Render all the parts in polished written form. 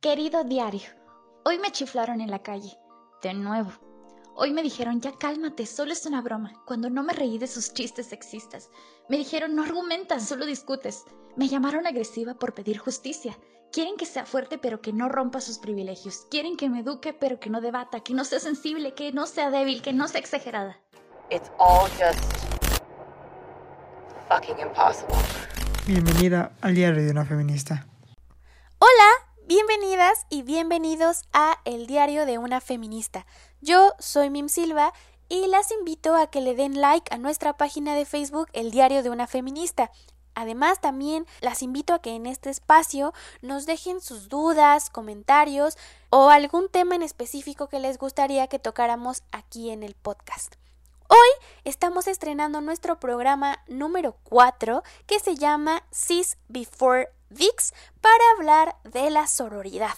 Querido diario, hoy me chiflaron en la calle. De nuevo. Hoy me dijeron, ya cálmate, solo es una broma, cuando no me reí de sus chistes sexistas. Me dijeron, no argumentas, solo discutes. Me llamaron agresiva por pedir justicia. Quieren que sea fuerte pero que no rompa sus privilegios. Quieren que me eduque pero que no debata, que no sea sensible, que no sea débil, que no sea exagerada. It's all just fucking impossible. Bienvenida al diario de una feminista. Hola, bienvenidas y bienvenidos a El diario de una feminista. Yo soy Mim Silva y las invito a que le den like a nuestra página de Facebook El diario de una feminista. Además, también las invito a que en este espacio nos dejen sus dudas, comentarios o algún tema en específico que les gustaría que tocáramos aquí en el podcast. Hoy estamos estrenando nuestro programa número 4 que se llama Cis Before Dicks para hablar de la sororidad.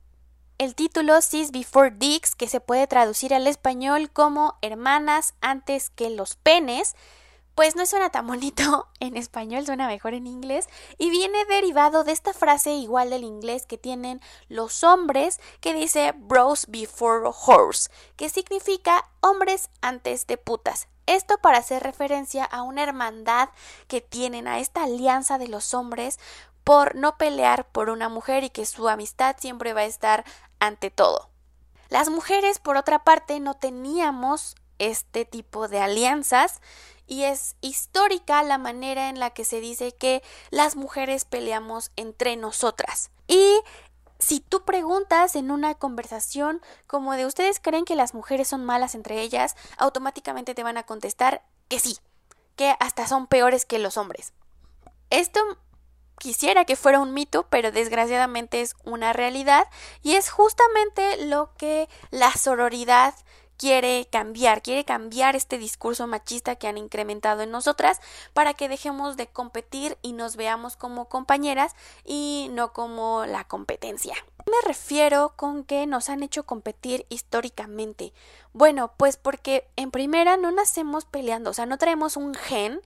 El título Cis Before Dicks, que se puede traducir al español como hermanas antes que los penes, pues no suena tan bonito en español, suena mejor en inglés y viene derivado de esta frase igual del inglés que tienen los hombres que dice bros before whores, que significa hombres antes de putas. Esto para hacer referencia a una hermandad que tienen, a esta alianza de los hombres por no pelear por una mujer y que su amistad siempre va a estar ante todo. Las mujeres, por otra parte, no teníamos este tipo de alianzas y es histórica la manera en la que se dice que las mujeres peleamos entre nosotras. Y si tú preguntas en una conversación como de ¿ustedes creen que las mujeres son malas entre ellas?, automáticamente te van a contestar que sí, que hasta son peores que los hombres. Esto quisiera que fuera un mito, pero desgraciadamente es una realidad y es justamente lo que la sororidad quiere cambiar este discurso machista que han incrementado en nosotras para que dejemos de competir y nos veamos como compañeras y no como la competencia. Me refiero con que nos han hecho competir históricamente. Bueno, pues porque en primera no nacemos peleando, o sea, no traemos un gen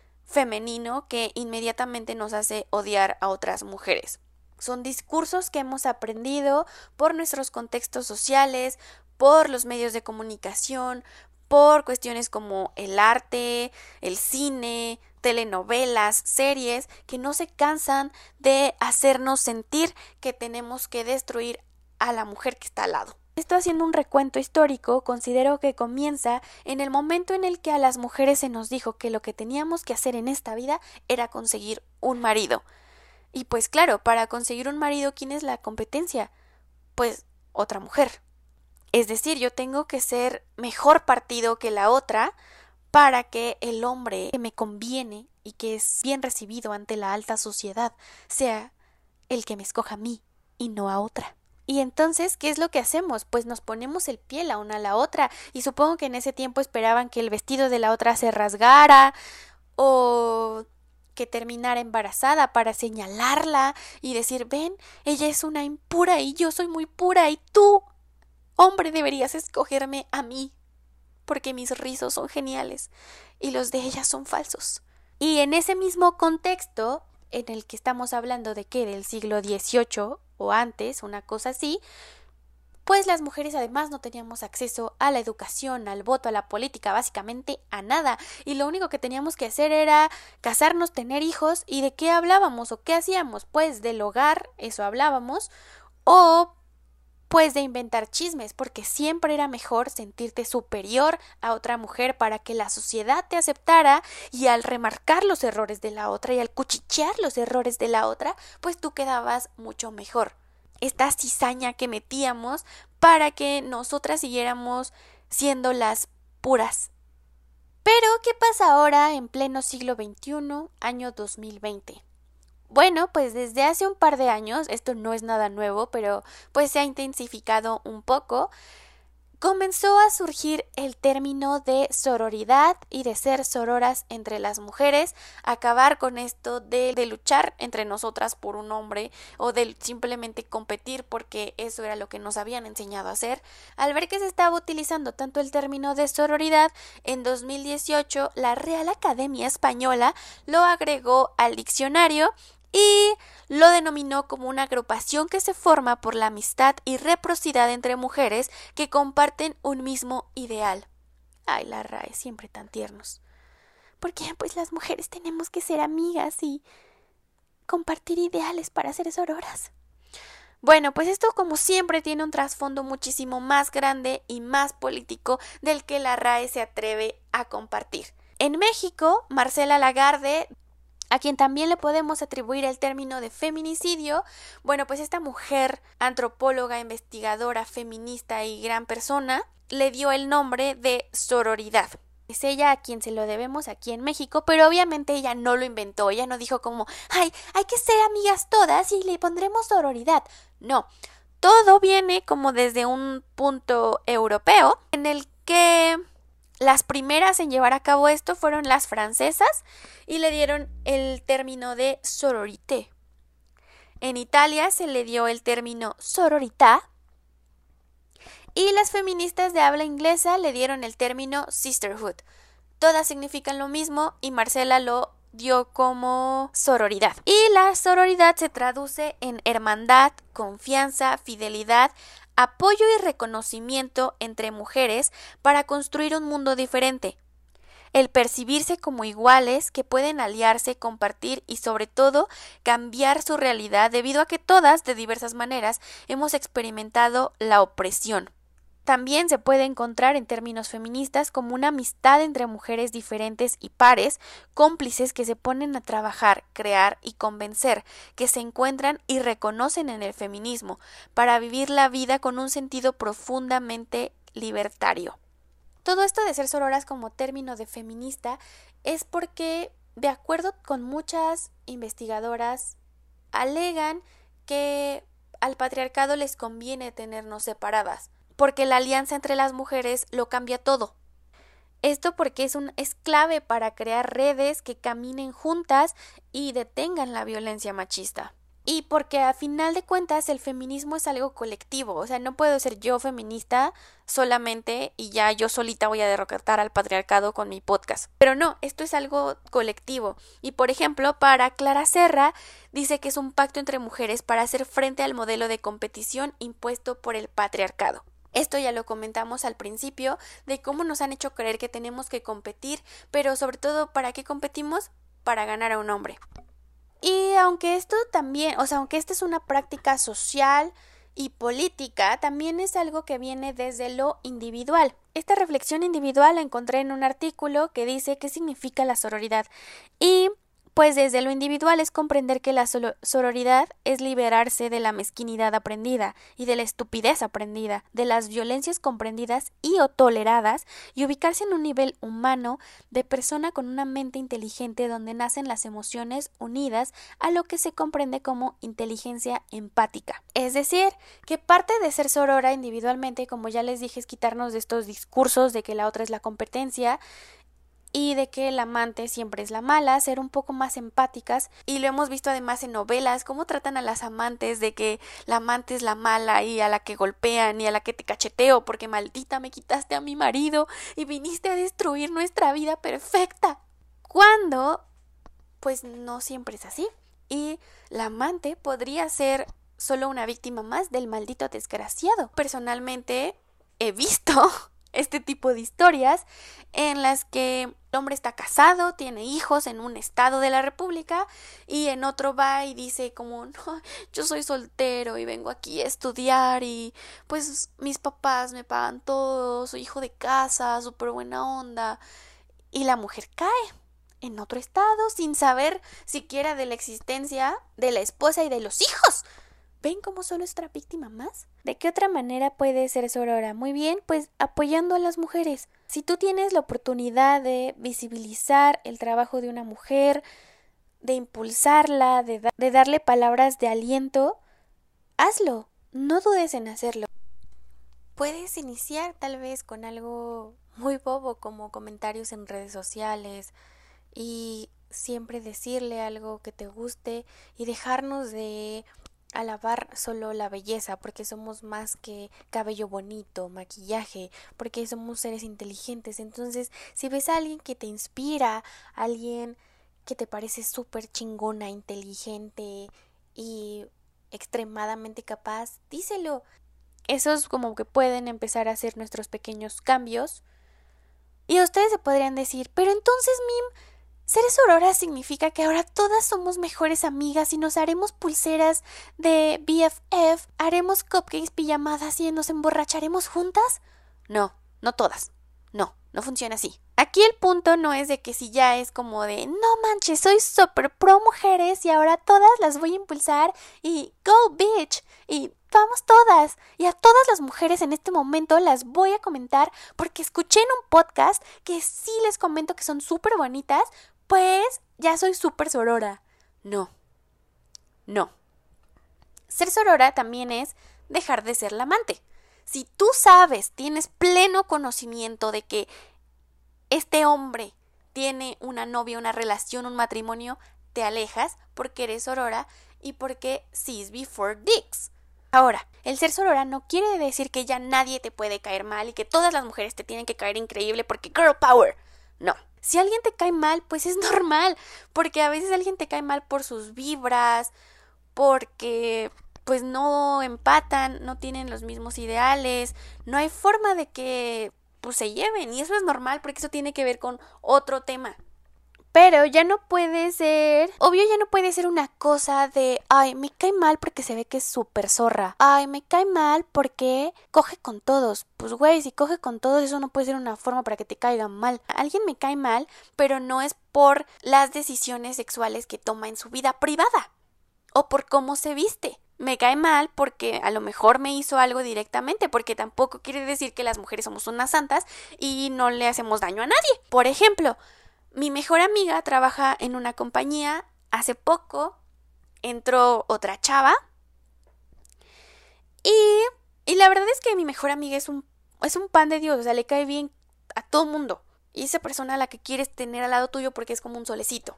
femenino que inmediatamente nos hace odiar a otras mujeres. Son discursos que hemos aprendido por nuestros contextos sociales, por los medios de comunicación, por cuestiones como el arte, el cine, telenovelas, series, que no se cansan de hacernos sentir que tenemos que destruir a la mujer que está al lado. Esto, haciendo un recuento histórico, considero que comienza en el momento en el que a las mujeres se nos dijo que lo que teníamos que hacer en esta vida era conseguir un marido. Y pues claro, para conseguir un marido, ¿quién es la competencia? Pues otra mujer. Es decir, yo tengo que ser mejor partido que la otra para que el hombre que me conviene y que es bien recibido ante la alta sociedad sea el que me escoja a mí y no a otra. Y entonces, ¿qué es lo que hacemos? Pues nos ponemos el pie la una a la otra y supongo que en ese tiempo esperaban que el vestido de la otra se rasgara o que terminara embarazada para señalarla y decir, ven, ella es una impura y yo soy muy pura y tú, hombre, deberías escogerme a mí, porque mis rizos son geniales y los de ella son falsos. Y en ese mismo contexto en el que estamos hablando de que del siglo XVIII o antes, una cosa así, pues las mujeres además no teníamos acceso a la educación, al voto, a la política, básicamente a nada. Y lo único que teníamos que hacer era casarnos, tener hijos. ¿Y de qué hablábamos o qué hacíamos? Pues del hogar, eso hablábamos, o pues de inventar chismes, porque siempre era mejor sentirte superior a otra mujer para que la sociedad te aceptara y al remarcar los errores de la otra y al cuchichear los errores de la otra, pues tú quedabas mucho mejor. Esta cizaña que metíamos para que nosotras siguiéramos siendo las puras. Pero, ¿qué pasa ahora en pleno siglo XXI, año 2020? Bueno, pues desde hace un par de años, esto no es nada nuevo, pero pues se ha intensificado un poco, comenzó a surgir el término de sororidad y de ser sororas entre las mujeres, acabar con esto de luchar entre nosotras por un hombre o de simplemente competir porque eso era lo que nos habían enseñado a hacer. Al ver que se estaba utilizando tanto el término de sororidad, en 2018 la Real Academia Española lo agregó al diccionario y lo denominó como una agrupación que se forma por la amistad y reciprocidad entre mujeres que comparten un mismo ideal. Ay, la RAE, siempre tan tiernos. Porque pues las mujeres tenemos que ser amigas y compartir ideales para ser sororas. Bueno, pues esto como siempre tiene un trasfondo muchísimo más grande y más político del que la RAE se atreve a compartir. En México, Marcela Lagarde, a quien también le podemos atribuir el término de feminicidio, bueno, pues esta mujer antropóloga, investigadora, feminista y gran persona, le dio el nombre de sororidad. Es ella a quien se lo debemos aquí en México, pero obviamente ella no lo inventó, ella no dijo como, ay, hay que ser amigas todas y le pondremos sororidad. No, todo viene como desde un punto europeo en el que las primeras en llevar a cabo esto fueron las francesas y le dieron el término de sororité. En Italia se le dio el término sororità y las feministas de habla inglesa le dieron el término sisterhood. Todas significan lo mismo y Marcela lo dio como sororidad. Y la sororidad se traduce en hermandad, confianza, fidelidad, apoyo y reconocimiento entre mujeres para construir un mundo diferente. El percibirse como iguales que pueden aliarse, compartir y sobre todo cambiar su realidad debido a que todas, de diversas maneras, hemos experimentado la opresión. También se puede encontrar en términos feministas como una amistad entre mujeres diferentes y pares, cómplices que se ponen a trabajar, crear y convencer, que se encuentran y reconocen en el feminismo, para vivir la vida con un sentido profundamente libertario. Todo esto de ser sororas como término de feminista es porque, de acuerdo con muchas investigadoras, alegan que al patriarcado les conviene tenernos separadas, porque la alianza entre las mujeres lo cambia todo. Esto porque es clave para crear redes que caminen juntas y detengan la violencia machista. Y porque a final de cuentas el feminismo es algo colectivo, o sea, no puedo ser yo feminista solamente y ya yo solita voy a derrocar al patriarcado con mi podcast. Pero no, esto es algo colectivo. Y por ejemplo, para Clara Serra, dice que es un pacto entre mujeres para hacer frente al modelo de competición impuesto por el patriarcado. Esto ya lo comentamos al principio, de cómo nos han hecho creer que tenemos que competir, pero sobre todo, ¿para qué competimos? Para ganar a un hombre. Y aunque esto también, aunque esta es una práctica social y política, también es algo que viene desde lo individual. Esta reflexión individual la encontré en un artículo que dice qué significa la sororidad. Y pues desde lo individual es comprender que la sororidad es liberarse de la mezquinidad aprendida y de la estupidez aprendida, de las violencias comprendidas y o toleradas, y ubicarse en un nivel humano de persona con una mente inteligente donde nacen las emociones unidas a lo que se comprende como inteligencia empática. Es decir, que parte de ser sorora individualmente, como ya les dije, es quitarnos de estos discursos de que la otra es la competencia y de que el amante siempre es la mala, ser un poco más empáticas, y lo hemos visto además en novelas, cómo tratan a las amantes de que la amante es la mala y a la que golpean y a la que te cacheteo porque maldita me quitaste a mi marido y viniste a destruir nuestra vida perfecta. Cuando, pues no siempre es así, y la amante podría ser solo una víctima más del maldito desgraciado. Personalmente he visto este tipo de historias en las que el hombre está casado, tiene hijos en un estado de la república y en otro va y dice como, no, yo soy soltero y vengo aquí a estudiar y pues mis papás me pagan todo, soy hijo de casa, súper buena onda, y la mujer cae en otro estado sin saber siquiera de la existencia de la esposa y de los hijos. ¿Ven cómo solo es otra víctima más? ¿De qué otra manera puede ser sorora? Muy bien, pues apoyando a las mujeres. Si tú tienes la oportunidad de visibilizar el trabajo de una mujer, de impulsarla, de darle palabras de aliento, hazlo. No dudes en hacerlo. Puedes iniciar tal vez con algo muy bobo como comentarios en redes sociales y siempre decirle algo que te guste y dejarnos de alabar solo la belleza, porque somos más que cabello bonito, maquillaje, porque somos seres inteligentes. Entonces, si ves a alguien que te inspira, alguien que te parece súper chingona, inteligente y extremadamente capaz, díselo. Esos como que pueden empezar a hacer nuestros pequeños cambios. Y ustedes se podrían decir, pero entonces, Mim, ser sorora significa que ahora todas somos mejores amigas y nos haremos pulseras de BFF, haremos cupcakes, pijamadas y nos emborracharemos juntas. No, no todas. No funciona así. Aquí el punto no es de que si ya es como de, no manches, soy súper pro mujeres y ahora todas las voy a impulsar y go bitch y vamos todas. Y a todas las mujeres en este momento las voy a comentar porque escuché en un podcast que sí les comento que son súper bonitas, pues ya soy súper sorora. No. Ser sorora también es dejar de ser la amante. Si tú sabes, tienes pleno conocimiento de que este hombre tiene una novia, una relación, un matrimonio, te alejas porque eres sorora y porque sis before dicks. Ahora, el ser sorora no quiere decir que ya nadie te puede caer mal y que todas las mujeres te tienen que caer increíble porque girl power. No. Si alguien te cae mal, pues es normal, porque a veces alguien te cae mal por sus vibras, porque pues no empatan, no tienen los mismos ideales, no hay forma de que pues se lleven y eso es normal porque eso tiene que ver con otro tema. Pero ya no puede ser, obvio ya no puede ser una cosa de, ay, me cae mal porque se ve que es súper zorra. Ay, me cae mal porque coge con todos. Pues güey, si coge con todos eso no puede ser una forma para que te caiga mal. Alguien me cae mal, pero no es por las decisiones sexuales que toma en su vida privada o por cómo se viste. Me cae mal porque a lo mejor me hizo algo directamente, porque tampoco quiere decir que las mujeres somos unas santas y no le hacemos daño a nadie. Por ejemplo, mi mejor amiga trabaja en una compañía. Hace poco entró otra chava y la verdad es que mi mejor amiga es un pan de Dios, o sea, le cae bien a todo mundo. Y esa persona a la que quieres tener al lado tuyo porque es como un solecito.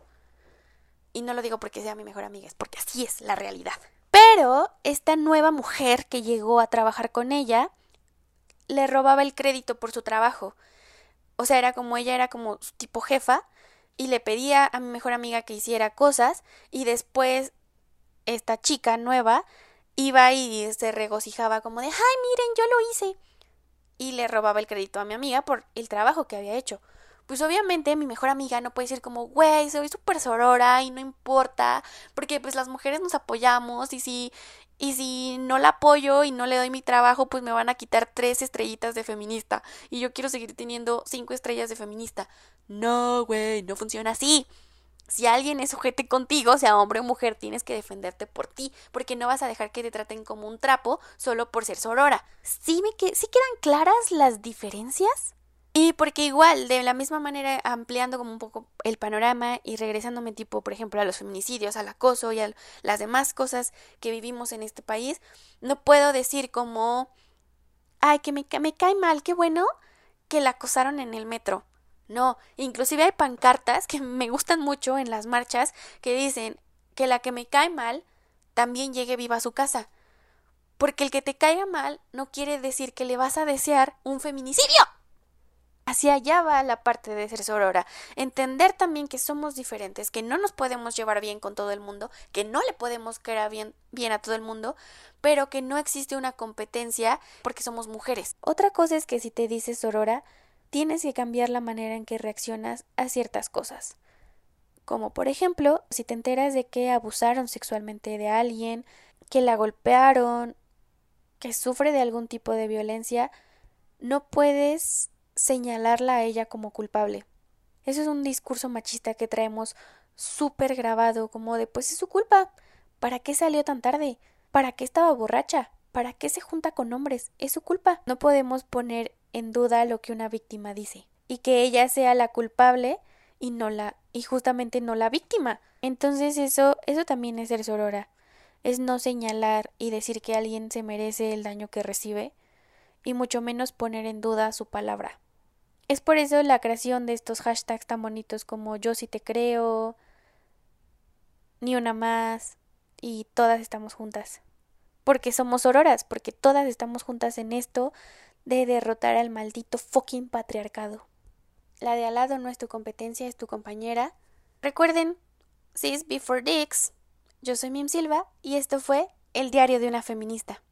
Y no lo digo porque sea mi mejor amiga, es porque así es la realidad. Pero esta nueva mujer que llegó a trabajar con ella le robaba el crédito por su trabajo. O sea, ella era como su tipo jefa y le pedía a mi mejor amiga que hiciera cosas y después esta chica nueva iba y se regocijaba como de, ay, miren, yo lo hice. Y le robaba el crédito a mi amiga por el trabajo que había hecho. Pues obviamente mi mejor amiga no puede decir como, güey, soy súper sorora y no importa, porque pues las mujeres nos apoyamos y si no la apoyo y no le doy mi trabajo, pues me van a quitar 3 estrellitas de feminista y yo quiero seguir teniendo 5 estrellas de feminista. No, güey, no funciona así. Si alguien es ojete contigo, sea hombre o mujer, tienes que defenderte por ti, porque no vas a dejar que te traten como un trapo solo por ser sorora. ¿Sí quedan claras las diferencias? Y porque igual, de la misma manera, ampliando como un poco el panorama y regresándome tipo, por ejemplo, a los feminicidios, al acoso y a las demás cosas que vivimos en este país, no puedo decir como, ay, que me cae mal, qué bueno que la acosaron en el metro. No, inclusive hay pancartas que me gustan mucho en las marchas que dicen que la que me cae mal también llegue viva a su casa. Porque el que te caiga mal no quiere decir que le vas a desear un feminicidio. Hacia allá va la parte de ser sorora. Entender también que somos diferentes, que no nos podemos llevar bien con todo el mundo, que no le podemos caer bien a todo el mundo, pero que no existe una competencia porque somos mujeres. Otra cosa es que si te dices sorora, tienes que cambiar la manera en que reaccionas a ciertas cosas. Como por ejemplo, si te enteras de que abusaron sexualmente de alguien, que la golpearon, que sufre de algún tipo de violencia, no puedes señalarla a ella como culpable. Eso es un discurso machista que traemos súper grabado, como de pues es su culpa. ¿Para qué salió tan tarde? ¿Para qué estaba borracha? ¿Para qué se junta con hombres? Es su culpa. No podemos poner en duda lo que una víctima dice y que ella sea la culpable y justamente no la víctima. Entonces eso también es ser sorora. Es no señalar y decir que alguien se merece el daño que recibe y mucho menos poner en duda su palabra. Es por eso la creación de estos hashtags tan bonitos como yo sí te creo, ni una más y todas estamos juntas. Porque somos sororas, porque todas estamos juntas en esto de derrotar al maldito fucking patriarcado. La de al lado no es tu competencia, es tu compañera. Recuerden, sis before dicks. Yo soy Mim Silva y esto fue El Diario de una Feminista.